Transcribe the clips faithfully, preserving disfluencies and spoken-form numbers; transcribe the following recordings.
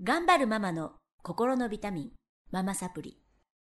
頑張るママの心のビタミン、ママサプリ。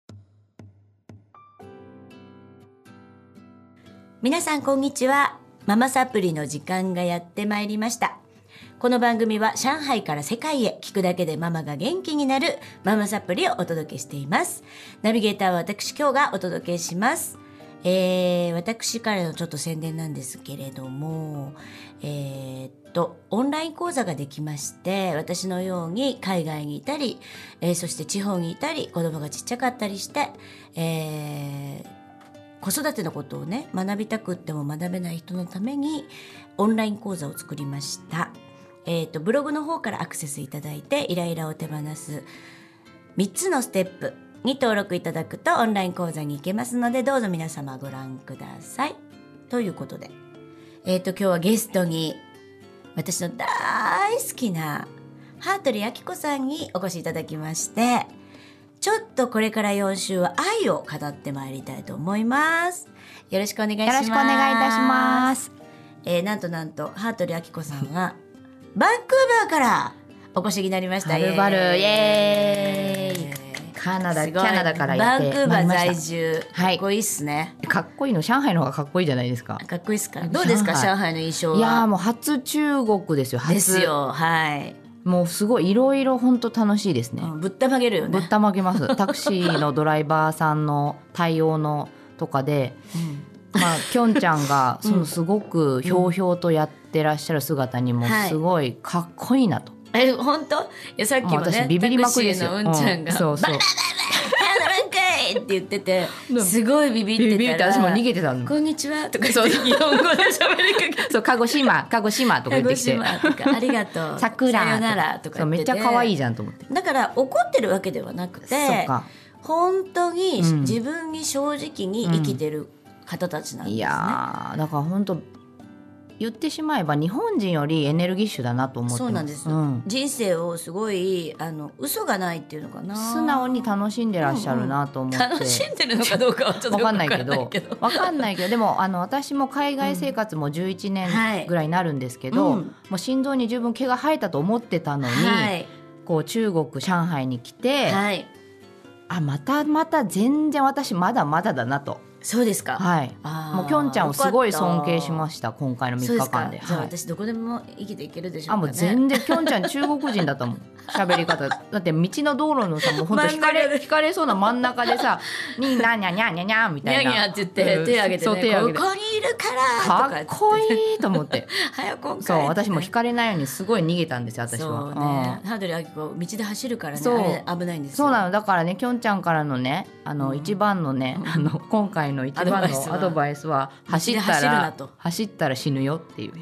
皆さんこんにちは。ママサプリの時間がやってまいりました。この番組は上海から世界へ聞くだけでママが元気になるママサプリをお届けしています。ナビゲーターは私今日がお届けします。えー、私からのちょっと宣伝なんですけれども、えー、っとオンライン講座ができまして、私のように海外にいたり、えー、そして地方にいたり、子供がちっちゃかったりして、えー子育てのことをね学びたくっても学べない人のためにオンライン講座を作りました。えーと、ブログの方からアクセスいただいて、イライラを手放すみっつのステップに登録いただくとオンライン講座に行けますので、どうぞ皆様ご覧ください。ということで、えーと、今日はゲストに私の大好きな羽鳥明子さんにお越しいただきまして、ちょっとこれからよん週は愛を語ってまいりたいと思います。よろしくお願いします。 よろしくお願いいたします。 えー、なんとなんと羽鳥明子さんはバンクーバーからお越しになりました。 はるばるイエーイ、カナダキャナダからやってまいりました。 バンクーバー在住、 はい、 かっこいいっすね。 かっこいいの上海の方がかっこいいじゃないですか。 かっこいいっすか。どうですか上海の印象は。 いやもう初中国ですよ。初ですよ。はい。 もうすごいいろいろ本当楽しいですね、 うん、ぶったまげるよね。 ぶったまげます。タクシーのドライバーさんの対応のとかで、うん、まあきょんちゃんがそのすごくひょうひょうとやってらっしゃる姿にもすごいかっこいいなと、 はい、え本当。いやさっきもね、 私ビビりまくりですよ。 タクシーのうんちゃんが、うん、そうそうバラバラバラバラバラって言ってて、すごいビビってたら、ビビって私も逃げてたの。 こんにちはとか言って日本語で喋りかけそう、鹿児島鹿児島とか言ってきて、 鹿児島とかありがとう桜さよならとか言ってて、 めっちゃ可愛いじゃんと思って。 だから怒ってるわけではなくて、そうか、本当に自分に正直に生きてる方たちなんですね、うん、いやだから本当言ってしまえば日本人よりエネルギッシュだなと思ってます。 そうなんです、うん、人生をすごいあの嘘がないっていうのかな、 素直に楽しんでらっしゃるなと思って、うんうん、 楽しんでるのかどうかはちょっと分かんないけど分かんないけどでもあの私も海外生活もじゅういちねんぐらいになるんですけど、うんはい、もう心臓に十分毛が生えたと思ってたのに、はい、こう中国上海に来て、はい、あまたまた全然私まだまだだなと。 そうですか。 はい。もうきょんちゃんをすごい尊敬しました。今回のみっかかんで。 じゃあ私どこでも生きていけるでしょうかね。 あもう全然きょんちゃん中国人だったもん。喋り方だって道の道路のさもう本当引かれ引かれそうな真ん中でさになにゃにゃにゃにゃみたいな。 にゃにゃって言って手挙げてね。 そう手挙げて。 ここにいるからかっこいいと思って。 早く今回。 そう私も引かれないようにすごい逃げたんですよ私は。 そうね。羽鳥明子道で走るからねあれ危ないんですよ。 そうなのだからねきょんちゃんからのねあの一番のねあの今回の一番のアドバイスは走ったら走ったら死ぬよっていう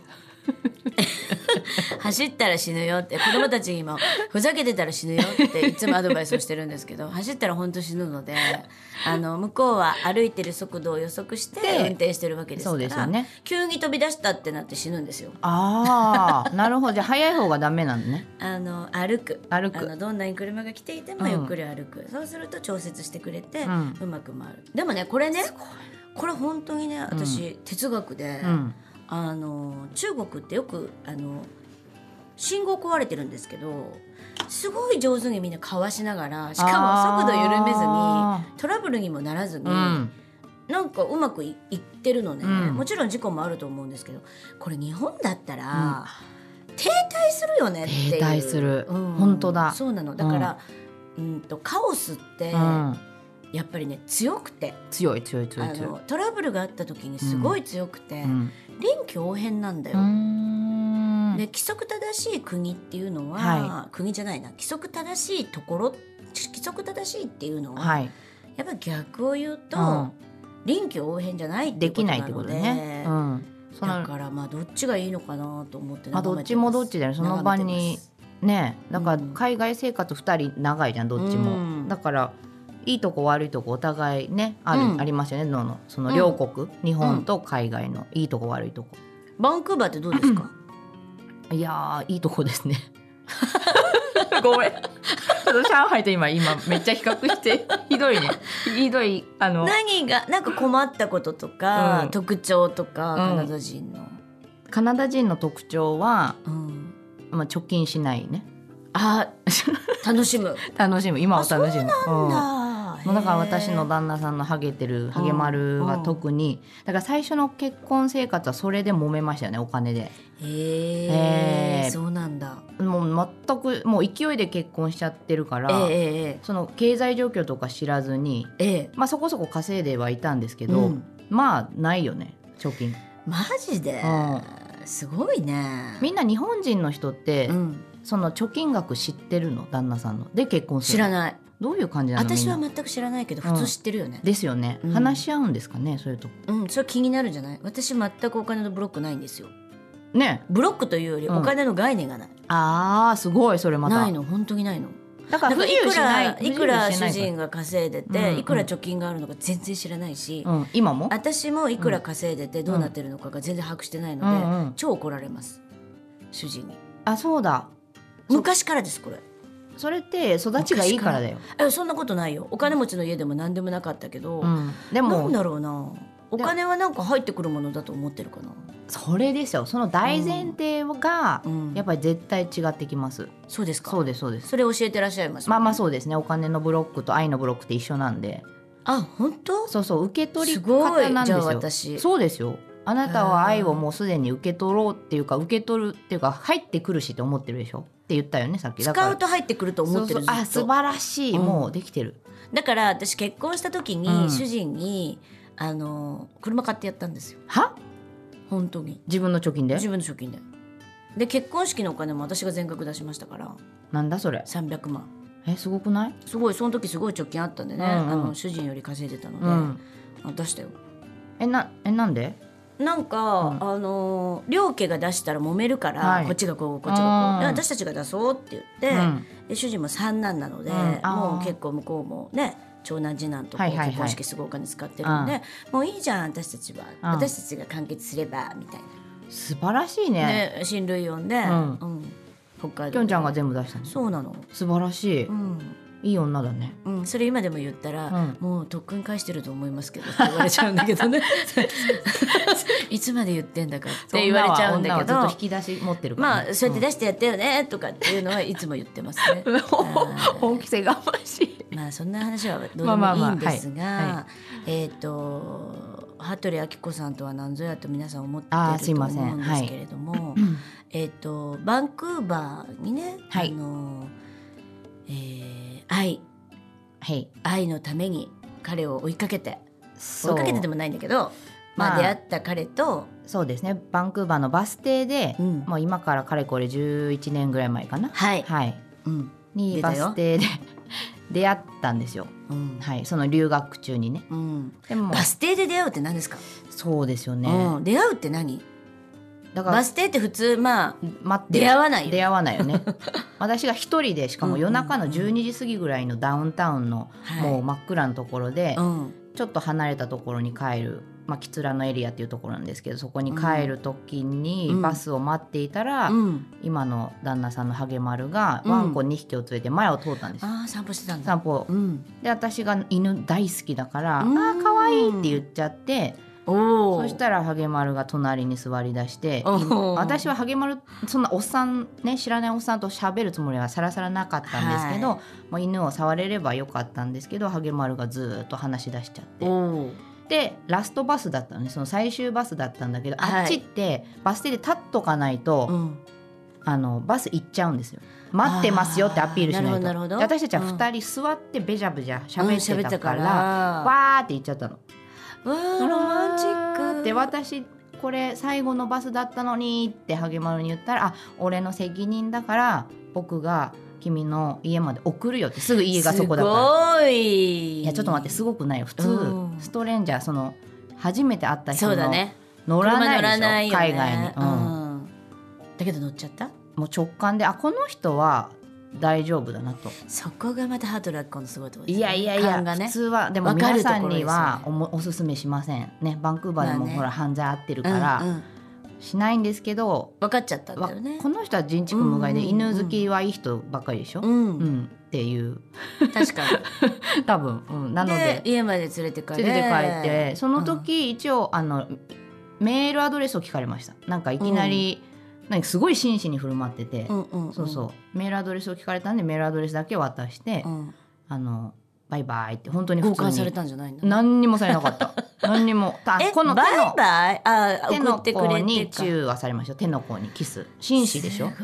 走ったら死ぬよって子供たちにもふざけてたら死ぬよっていつもアドバイスをしてるんですけど、走ったら本当死ぬので、あの向こうは歩いてる速度を予測して運転してるわけですから、そうですよね、急に飛び出したってなって死ぬんですよ。 ああなるほど。じゃあ速い方がダメなのね。 あの歩く歩くあのどんなに車が来ていてもゆっくり歩く、うん、そうすると調節してくれて、うん、うまく回る。でもねこれねこれ本当にね私、うん、哲学で、うん、あの中国ってよくあの信号壊れてるんですけどすごい上手にみんなかわしながら、しかも速度緩めずにトラブルにもならずに、うん、なんかうまく い, いってるのね、うん、もちろん事故もあると思うんですけど、これ日本だったら、うん、停滞するよねっていう。 停滞する、うん、本当だ。 そうなのだから、うんうん、とカオスって、うんやっぱりね強くて強い強い強い強い。あのトラブルがあった時にすごい強くて、うん、臨機応変なんだよ。うんで規則正しい国っていうのは、はい、国じゃないな規則正しいところ規則正しいっていうのは、はい、やっぱり逆を言うと、うん、臨機応変じゃないっていうことなので、できないってことね、うん、そのだからまあどっちがいいのかなと思って眺めてます。まあ、 どっちもどっちだよその場にね。だから海外生活ふたり長いじゃんどっちも、うん、だからいいとこ悪いとこお互いね あ, る、うん、ありますよねののその両国、うん、日本と海外のいいとこ悪いとこ。 バンクーバーってどうですか？ いやいいとこですねごめんちょっと上海と今今めっちゃ比較してひどいねひどい。あの何がなんか困ったこととか、うん、特徴とか、うん、カナダ人のカナダ人の特徴は、うんまあ、貯金しないね。 あ楽しむ楽しむ今を楽しむ。 そうなんだ、 うん、だから私の旦那さんのハゲてるハゲ丸は特に、うん、だから最初の結婚生活はそれで揉めましたよね、お金で。 へえ、そうなんだ。 もう全くもう勢いで結婚しちゃってるから、 えー、 その経済状況とか知らずに、えーまあ、そこそこ稼いではいたんですけど、うん、まあないよね貯金。 マジで、うん、すごいね。 みんな日本人の人って、うん、その貯金額知ってるの？旦那さんので結婚する？ 知らない。 どういう感じなの？ 私は全く知らないけど普通知ってるよね、 うん、ですよね、うん、話し合うんですかね、そういうとこ。 うん、それ気になるんじゃない？私全くお金のブロックないんですよね。 ブロックというよりお金の概念がない、うん、 あーすごい、それまたないの、本当にないの。 だからいくらいくら主人が稼いでて、うんうん、いくら貯金があるのか全然知らないし、 うん、今も私もいくら稼いでてどうなってるのかが全然把握してないので、うんうん、超怒られます主人に。 あ、そうだ、 昔からですこれ。 それって育ちがいいからだよ。 え、そんなことないよ。お金持ちの家でも何でもなかったけど、うん、でもなんだろうな、お金はなんか入ってくるものだと思ってるかな。 それですよ、その大前提がやっぱり絶対違ってきます、うん、 そうですか。 そうですそうです。 それ教えてらっしゃいます、ね、 まあまあそうですね。お金のブロックと愛のブロックって一緒なんで。 あ、本当？ そうそう、受け取り方なんですよ。 すごい。じゃあ私そうですよ。あなたは愛をもうすでに受け取ろうっていうか、受け取るっていうか入ってくるしって思ってるでしょって言ったよねさっき。だから使うと入ってくると思ってる。 そうそう、あ、素晴らしい、うん、もうできてる。 だから私結婚した時に主人に、うん、あの車買ってやったんですよ。 は？ 本当に自分の貯金で？ 自分の貯金で。で結婚式のお金も私が全額出しましたから。 なんだそれ？ さんびゃくまん。 え、すごくない？ すごい、その時すごい貯金あったんでね、うんうん、あの主人より稼いでたので、うん、出したよ。 え、な、え、なんで？ なんか、うん、あの両家が出したら揉めるから、はい、こっちがこうこっちがこうで私たちが出そうって言って、うん、で主人も三男なので、うん、もう結構向こうもね長男次男とこう結婚式すごいお金使ってるので、はいはいはい、もういいじゃん私たちは、うん、私たちが完結すればみたいな。 素晴らしいね。 ね、親類呼んで、うんうん、北海道できょんちゃんが全部出したの。 そうなの。素晴らしい、うん、いい女だね、 うん、それ今でも言ったら、うん、もうとっくに返してると思いますけどって言われちゃうんだけどねいつまで言ってんだかって言われちゃうんだけど、 ずっと引き出し持ってるから、 ね、まあそうやって出してやったよねとかっていうのはいつも言ってますね本気性がましい。 まあそんな話はどうでもいいんですが、まあまあまあ、はい、えっ、ー、と羽鳥明子さんとは何ぞやと皆さん思ってると思うんですけれども、はい、えっとバンクーバーにね、はい、あのえー、愛、はい、愛のために彼を追いかけて追いかけてでもないんだけど、まあ、出会った彼と、 そうですね、バンクーバーのバス停で、うん、もう今からかれこれじゅういちねんぐらい前かな、 はいはい、うん、にバス停で出会ったんですよ、うん、はい、その留学中にね、うん、 でもバス停で出会うって何ですか？ そうですよね、 うん、出会うって何？だからバス停って普通まあ待って出会わないよ出会わないよね私が一人でしかも夜中のじゅうにじ過ぎぐらいのダウンタウンのもう真っ暗なところで、はい、ちょっと離れたところに帰る、まあ、キツラのエリアっていうところなんですけど、そこに帰る時にバスを待っていたら、うん、今の旦那さんのハゲマルがワンコにひきを連れて前を通ったんですよ、 うん、あ、散歩してたんだ。 散歩、うん、で私が犬大好きだからあー可愛いって言っちゃって、おそしたらハゲマルが隣に座り出して、私はハゲマルそんなおっさんね、知らないおっさんと喋るつもりはさらさらなかったんですけど、はい、もう犬を触れればよかったんですけど、ハゲマルがずっと話し出しちゃって、でラストバスだったのね、その最終バスだったんだけど、はい、あっちってバス停で立っとかないと、うん、あのバス行っちゃうんですよ。待ってますよってアピールしないと。なるほど。で私たちはふたり座ってべじゃべじゃ喋ってたから、うん、わーって言っちゃったの。 わーロマンチックで、私これ最後のバスだったのにってハゲマルに言ったら、あ、俺の責任だから僕が君の家まで送るよって、すぐ家がそこだから。 すごい。 いやちょっと待って、すごくないよ普通、うん、ストレンジャー、その初めて会った人の乗らないでしょ、乗らないよね、海外に、うんうん、だけど乗っちゃった。 もう直感で、あ、この人は大丈夫だなと。 そこがまたハートラックのすごいところですね。いやいやいや、ね、普通はでも皆さんには お, ね、おすすめしませんね。バンクーバーでもほら犯罪あってるから、うんうん、しないんですけど、 分かっちゃったんだよね。 この人は人畜無害で、うんうんうん、犬好きはいい人ばっかりでしょ、うんうん、っていう確かに多分、うん、なので家まで連れて帰って連れて帰って、その時、うん、一応あのメールアドレスを聞かれました。なんかいきなり、 なんかすごい真摯に振る舞ってて、 うんうんうん、 そうそうメールアドレスを聞かれたんでメールアドレスだけ渡して、うん、あのバイバイって本当に普通に交換されたんじゃないの？ 何にもされなかった何にもえこのバイバイあ手の甲にチューはされました。手の甲にキス紳士でしょ、うん、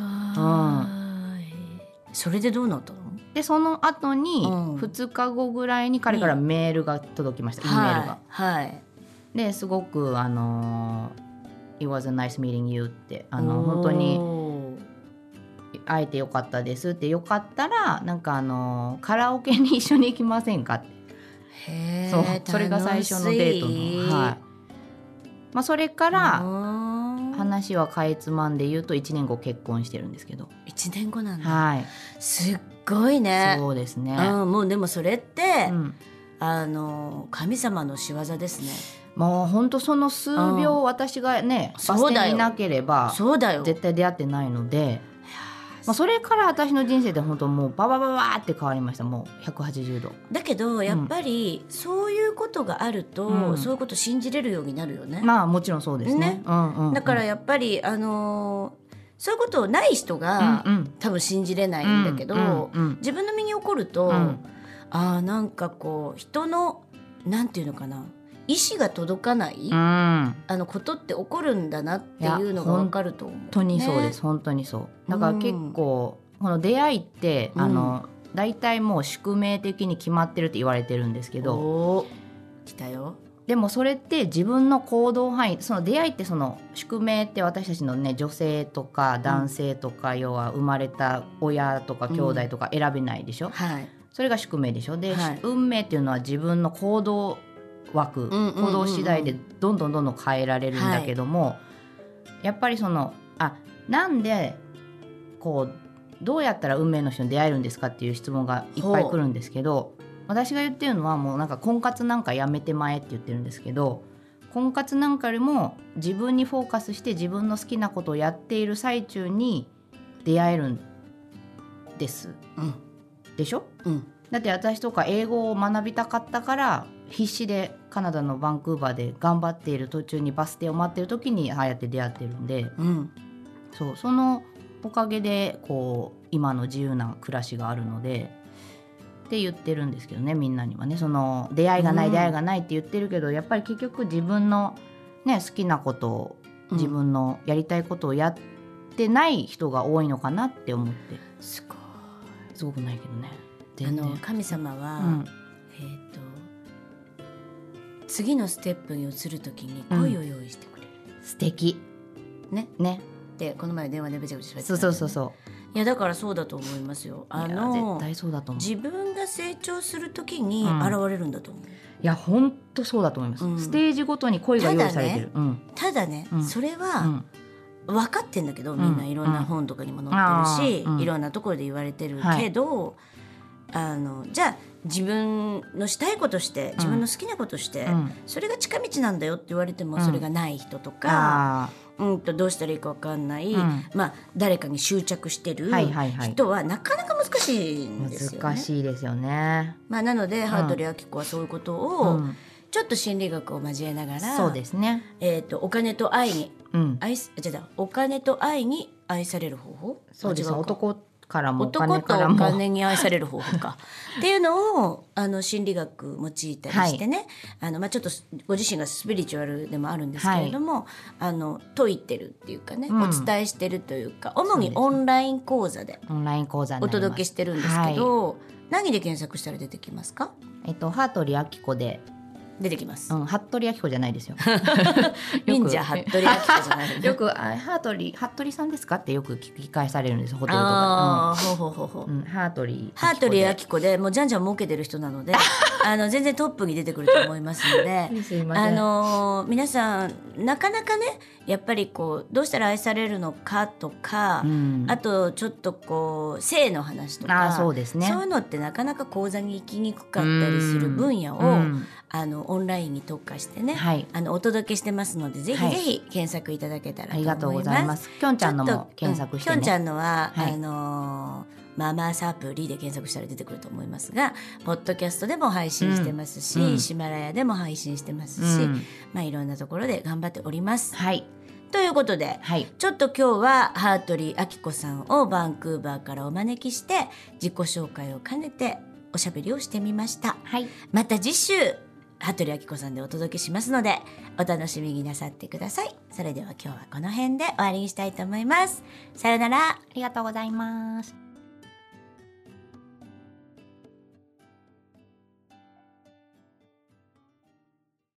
それでどうなったの？ でその後にふつかごぐらいに彼からメールが届きました、うん、E メールが、 はいはい、 ですごくあのー、It was a nice meeting you ってあの本当に会えてよかったですって、よかったらなんかあのカラオケに一緒に行きませんかって。 へそうそれが最初のデートの、はいまあ、それから話はかいつまんで言うといちねんご結婚してるんですけど。 いちねんごなんだ、 はい、 すっごいね。 そうですね、 うん、もうでもそれって、うん、あの神様の仕業ですね。 もう本当その数秒、うん、私がねバス停にいなければそうだよ絶対出会ってないので、まあ、それから私の人生で本当もうババババって変わりました。もうひゃくはちじゅうど。 だけどやっぱりそういうことがあると、うん、そういうこと信じれるようになるよね。 まあもちろんそうですね、ね、うんうんうん、 だからやっぱりあのー、そういうことない人が、うんうん、多分信じれないんだけど、うんうんうん、自分の身に起こると、うん、あーなんかこう人のなんていうのかな意思が届かない、うん、あのことって起こるんだなっていうのが分かると思う、ね、 本当にそうです。本当にそうだから結構、うん、この出会いって、うん、あの大体もう宿命的に決まってるって言われてるんですけど、 お来たよ。 でもそれって自分の行動範囲、その出会いってその宿命って私たちのね女性とか男性とか、うん、要は生まれた親とか兄弟とか選べないでしょ、うんはい、それが宿命でしょ。で、はい、運命っていうのは自分の行動枠、うんうんうんうん、行動次第でどんどんどんどん変えられるんだけども、はい、やっぱりそのあなんでこうどうやったら運命の人に出会えるんですかっていう質問がいっぱい来るんですけど、私が言ってるのはもうなんか婚活なんかやめてまえって言ってるんですけど、婚活なんかよりも自分にフォーカスして自分の好きなことをやっている最中に出会えるんです、うん、でしょ、うん、だって私とか英語を学びたかったから必死でカナダのバンクーバーで頑張っている途中にバス停を待ってる時にああやって出会ってるんで、うん、そうそのおかげでこう今の自由な暮らしがあるのでって言ってるんですけどね、みんなにはね。その出会いがない、うん、出会いがないって言ってるけど、やっぱり結局自分の、ね、好きなことを自分のやりたいことをやってない人が多いのかなって思って。 すごいすごくないけどね。 あの神様は、うん、えーと次のステップに移るときに声を用意してくれる、 うん、素敵ねね。 でこの前電話でべちゃべちゃ喋ってた、ね、 そうそうそうそう。 いやだからそうだと思いますよ。あの絶対そうだと思う。 自分が成長するときに現れるんだと思う、うん、いや本当そうだと思います、うん、ステージごとに声が用意されてる。 ただね、うん、それは、うん、分かってんだけど、みんないろんな本とかにも載ってるし、うん、いろんなところで言われてるけど、はい、あのじゃあ自分のしたいことして自分の好きなことして、うん、それが近道なんだよって言われてもそれがない人とか、うん、うんとどうしたらいいか分かんない、うん、まあ、誰かに執着してる人はなかなか難しいんですよね。 難しいですよね、 まあ、なので羽鳥昭子はそういうことを、うん、ちょっと心理学を交えながら、 そうですね、 えーと、お金と愛に、うん、愛じゃあお金と愛に愛される方法、 そうです。男からも男とお金に愛される方法かっていうのをあの心理学用いたりしてね、はい、あのまあ、ちょっとご自身がスピリチュアルでもあるんですけれども、はい、あの説いてるっていうかね、うん、お伝えしてるというか、主にオンライン講座でお届けしてるんですけど、はい、何で検索したら出てきますか？ えっと、羽鳥昭子で出てきます、 うん、服部昭子じゃないですよ忍者服部昭子じゃない、ね、 よくあ羽鳥服部さんですかってよく聞き返されるんです、ホテルとか。 あ、うん、ほうほうほうほう、うん、 羽鳥羽鳥昭子でもうじゃんじゃん儲けてる人なのであの全然トップに出てくると思いますのですいません、 あの皆さんなかなかねやっぱりこうどうしたら愛されるのかとか、うん、あとちょっとこう性の話とか、 あ、そうですね、 そういうのってなかなか講座に行きにくかったりする分野を、うん、あのオンラインに特化してね、はい、あのお届けしてますので、ぜひぜひ検索いただけたらと思います。 ありがとうございます。きょんちゃんのも検索してね、 きょんちゃんのは、はい、あのーママサプリで検索したら出てくると思いますが、ポッドキャストでも配信してますし、うん、ヒマラヤでも配信してますし、うん、まあ、いろんなところで頑張っております、 はい、 ということで、はい、ちょっと今日は羽鳥明子さんをバンクーバーからお招きして自己紹介を兼ねておしゃべりをしてみました、はい、また次週羽鳥明子さんでお届けしますのでお楽しみになさってください。それでは今日はこの辺で終わりにしたいと思います。さよなら。 ありがとうございます。